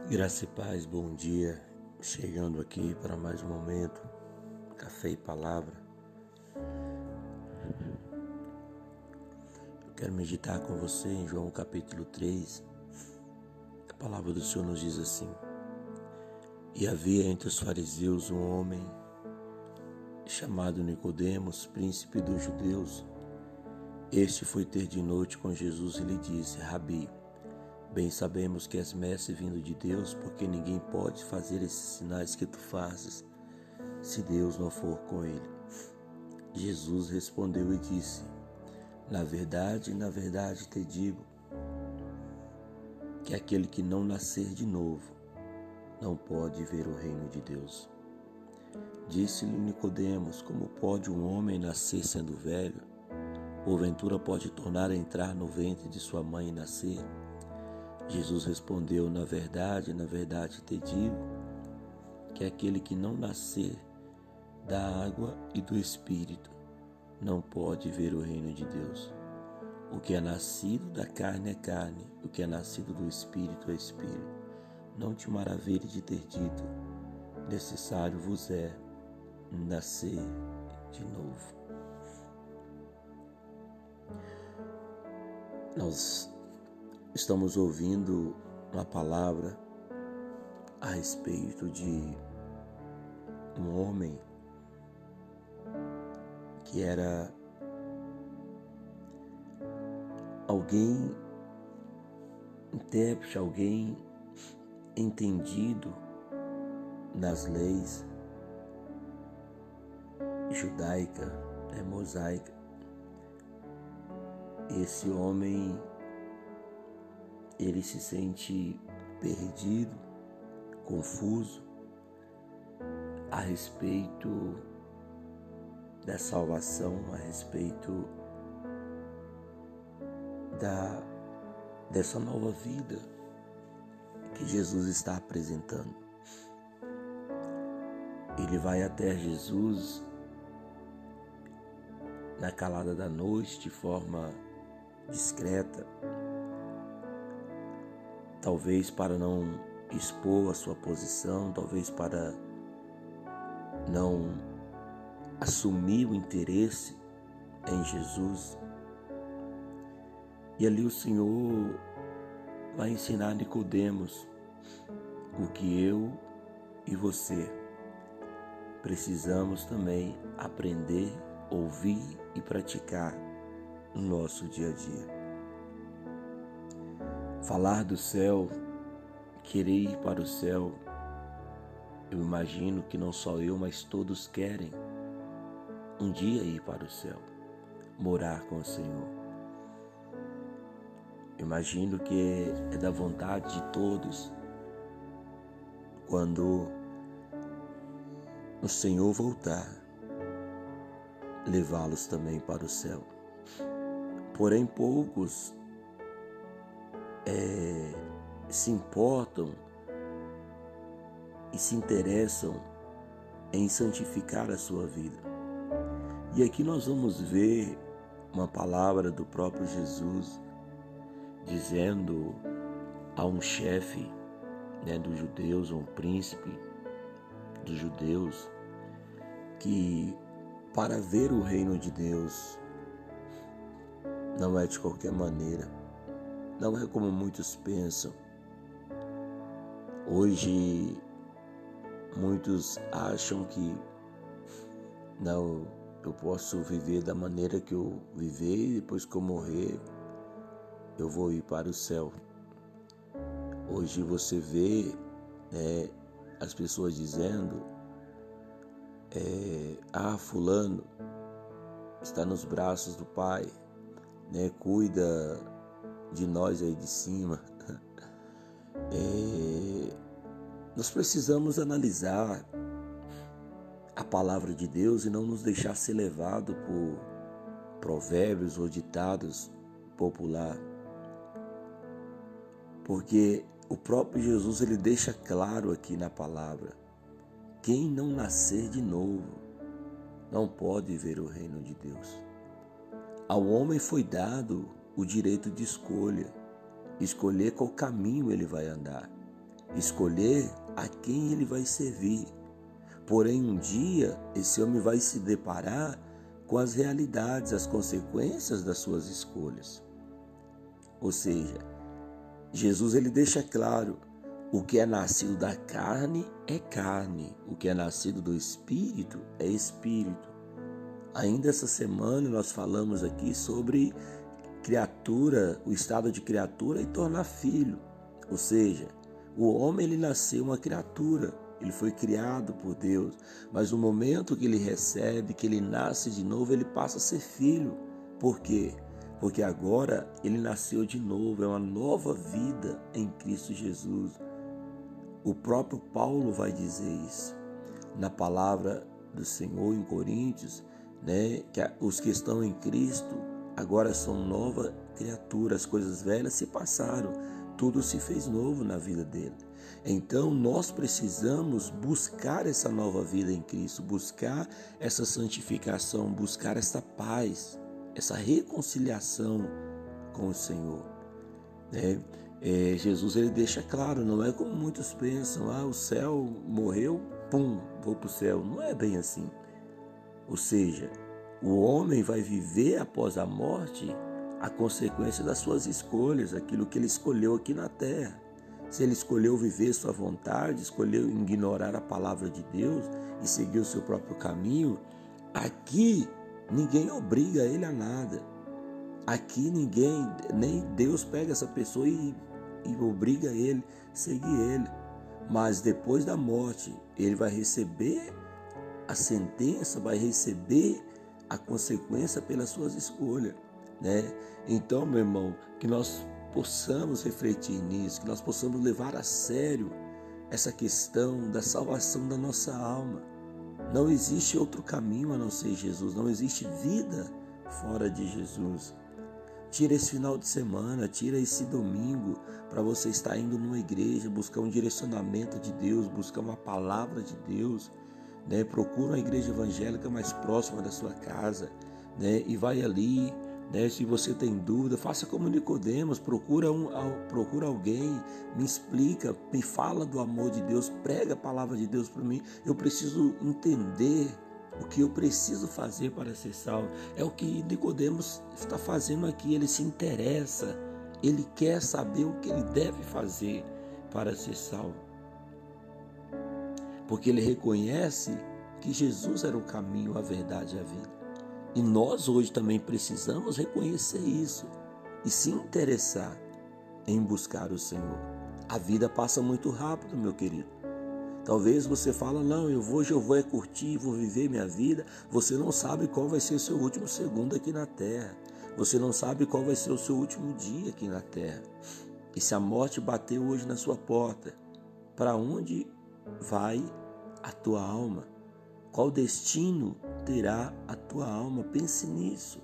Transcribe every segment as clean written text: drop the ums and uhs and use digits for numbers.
Graça e paz, bom dia. Chegando aqui para mais um momento, café e palavra. Eu quero meditar com você em João capítulo 3. A palavra do Senhor nos diz assim: E havia entre os fariseus um homem chamado Nicodemos, príncipe dos judeus. Este foi ter de noite com Jesus e lhe disse: Rabi, bem sabemos que és mestre vindo de Deus, porque ninguém pode fazer esses sinais que tu fazes, se Deus não for com ele. Jesus respondeu e disse: na verdade te digo, que aquele que não nascer de novo não pode ver o reino de Deus. Disse-lhe Nicodemos: como pode um homem nascer sendo velho? Porventura pode tornar a entrar no ventre de sua mãe e nascer? Jesus respondeu: na verdade te digo, que aquele que não nascer da água e do Espírito não pode ver o reino de Deus. O que é nascido da carne é carne, o que é nascido do Espírito é Espírito. Não te maravilhe de ter dito: necessário vos é nascer de novo. Nós estamos ouvindo uma palavra a respeito de um homem que era alguém intérprete, alguém entendido nas leis judaica, mosaica. Esse homem, ele se sente perdido, confuso a respeito da salvação, a respeito dessa nova vida que Jesus está apresentando. Ele vai até Jesus na calada da noite, de forma discreta, talvez para não expor a sua posição, talvez para não assumir o interesse em Jesus. E ali o Senhor vai ensinar Nicodemos o que eu e você precisamos também aprender, ouvir e praticar no nosso dia a dia. Falar do céu, querer ir para o céu, eu imagino que não só eu, mas todos querem um dia ir para o céu, morar com o Senhor. Eu imagino que é da vontade de todos, quando o Senhor voltar, levá-los também para o céu. Porém, poucos se importam e se interessam em santificar a sua vida. E aqui nós vamos ver uma palavra do próprio Jesus dizendo a um chefe dos judeus, um príncipe dos judeus, que para ver o reino de Deus não é de qualquer maneira, não é como muitos pensam. Hoje muitos acham que não, eu posso viver da maneira que eu viver e depois que eu morrer eu vou ir para o céu. Hoje você vê as pessoas dizendo: fulano está nos braços do Pai, cuida de nós aí de cima. Nós precisamos analisar a palavra de Deus e não nos deixar ser levado por provérbios ou ditados popular, porque o próprio Jesus ele deixa claro aqui na palavra: quem não nascer de novo não pode ver o reino de Deus. Ao homem foi dado o direito de escolher qual caminho ele vai andar. escolher a quem ele vai servir. Porém, um dia, esse homem vai se deparar com as realidades, as consequências das suas escolhas. Ou seja, Jesus ele deixa claro, o que é nascido da carne é carne, o que é nascido do Espírito é Espírito. Ainda essa semana nós falamos aqui sobre criatura, o estado de criatura e tornar filho. Ou seja, o homem ele nasceu uma criatura, ele foi criado por Deus, mas no momento que ele recebe, que ele nasce de novo, ele passa a ser filho. Por quê? Porque agora ele nasceu de novo, é uma nova vida em Cristo Jesus. O próprio Paulo vai dizer isso na palavra do Senhor em Coríntios, que os que estão em Cristo agora são nova criatura, as coisas velhas se passaram, tudo se fez novo na vida dele. Então nós precisamos buscar essa nova vida em Cristo, buscar essa santificação, buscar essa paz, essa reconciliação com o Senhor. Jesus ele deixa claro, não é como muitos pensam, o céu morreu, pum, vou para o céu. Não é bem assim. Ou seja, o homem vai viver após a morte a consequência das suas escolhas, aquilo que ele escolheu aqui na terra. Se ele escolheu viver sua vontade, escolheu ignorar a palavra de Deus e seguir o seu próprio caminho, aqui ninguém obriga ele a nada. Aqui ninguém, nem Deus pega essa pessoa e obriga ele a seguir ele. Mas depois da morte, ele vai receber a sentença, vai receber a consequência pelas suas escolhas, Então, meu irmão, que nós possamos refletir nisso, que nós possamos levar a sério essa questão da salvação da nossa alma. Não existe outro caminho a não ser Jesus, não existe vida fora de Jesus. Tira esse final de semana, tira esse domingo para você estar indo numa igreja, buscar um direcionamento de Deus, buscar uma palavra de Deus, Procura uma igreja evangélica mais próxima da sua casa, E vai ali, Se você tem dúvida, faça como Nicodemos, procura alguém, me explica, me fala do amor de Deus, prega a palavra de Deus para mim. Eu preciso entender o que eu preciso fazer para ser salvo. É o que Nicodemos está fazendo aqui. Ele se interessa, ele quer saber o que ele deve fazer para ser salvo. Porque ele reconhece que Jesus era o caminho, a verdade e a vida. E nós hoje também precisamos reconhecer isso e se interessar em buscar o Senhor. A vida passa muito rápido, meu querido. Talvez você fala, não, hoje eu vou curtir, vou viver minha vida. Você não sabe qual vai ser o seu último segundo aqui na terra. Você não sabe qual vai ser o seu último dia aqui na terra. E se a morte bateu hoje na sua porta, para onde vai a tua alma? Qual destino terá a tua alma? Pense nisso.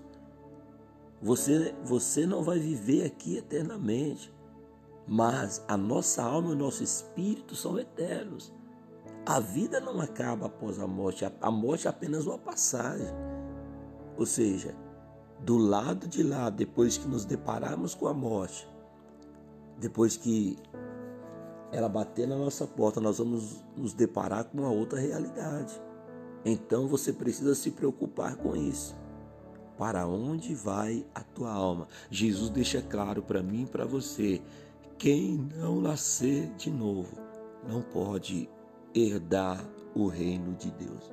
Você não vai viver aqui eternamente, mas a nossa alma e o nosso espírito são eternos. A vida não acaba após a morte é apenas uma passagem. Ou seja, do lado de lá, depois que nos depararmos com a morte, depois que ela bater na nossa porta, nós vamos nos deparar com uma outra realidade. Então você precisa se preocupar com isso. Para onde vai a tua alma? Jesus deixa claro para mim e para você, quem não nascer de novo não pode herdar o reino de Deus.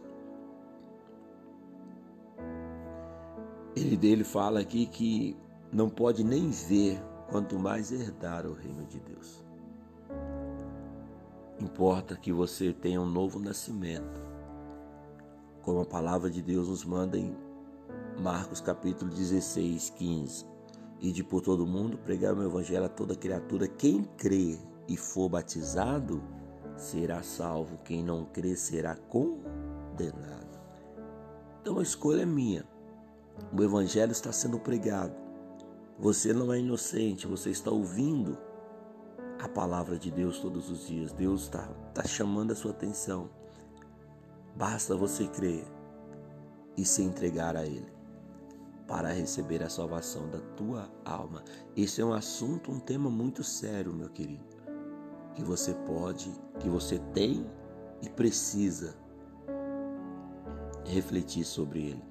Ele fala aqui que não pode nem ver, quanto mais herdar o reino de Deus. Importa que você tenha um novo nascimento, como a palavra de Deus nos manda em Marcos capítulo 16, 15. Ide por todo mundo, pregar o meu evangelho a toda criatura. Quem crê e for batizado será salvo, quem não crê será condenado. Então a escolha é minha. O evangelho está sendo pregado. Você não é inocente, você está ouvindo a palavra de Deus todos os dias. Deus está chamando a sua atenção. Basta você crer e se entregar a Ele para receber a salvação da tua alma. Esse é um assunto, um tema muito sério, meu querido. que você pode, que você tem e precisa refletir sobre ele.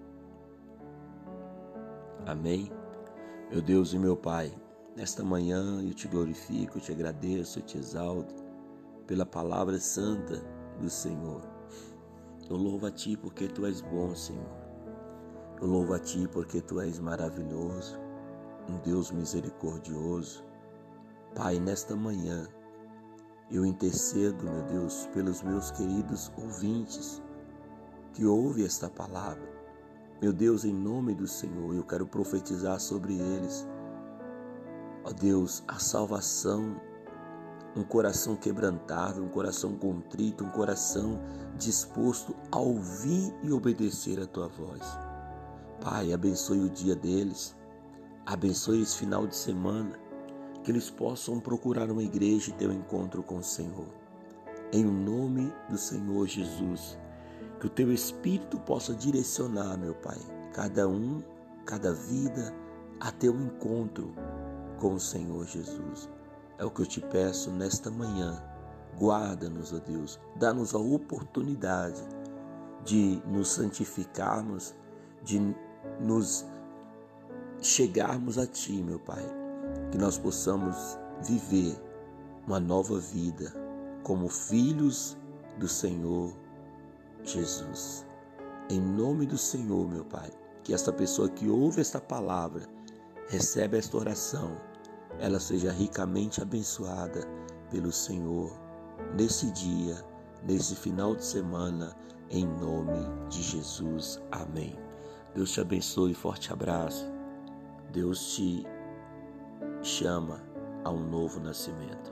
Amém? Meu Deus e meu Pai, nesta manhã eu te glorifico, eu te agradeço, eu te exalto pela palavra santa do Senhor. Eu louvo a Ti porque Tu és bom, Senhor. Eu louvo a Ti porque Tu és maravilhoso, um Deus misericordioso. Pai, nesta manhã eu intercedo, meu Deus, pelos meus queridos ouvintes que ouvem esta palavra. Meu Deus, em nome do Senhor, eu quero profetizar sobre eles, ó Deus, a salvação, um coração quebrantado, um coração contrito, um coração disposto a ouvir e obedecer a Tua voz. Pai, abençoe o dia deles, abençoe esse final de semana, que eles possam procurar uma igreja e ter um encontro com o Senhor. Em nome do Senhor Jesus, que o Teu Espírito possa direcionar, meu Pai, cada vida a ter um encontro com o Senhor Jesus. É o que eu te peço nesta manhã. Guarda-nos, ó Deus, dá-nos a oportunidade de nos santificarmos, de nos chegarmos a Ti, meu Pai, que nós possamos viver uma nova vida como filhos do Senhor Jesus. Em nome do Senhor, meu Pai, que esta pessoa que ouve esta palavra, recebe esta oração, ela seja ricamente abençoada pelo Senhor nesse dia, nesse final de semana, em nome de Jesus. Amém. Deus te abençoe, forte abraço. Deus te chama a um novo nascimento.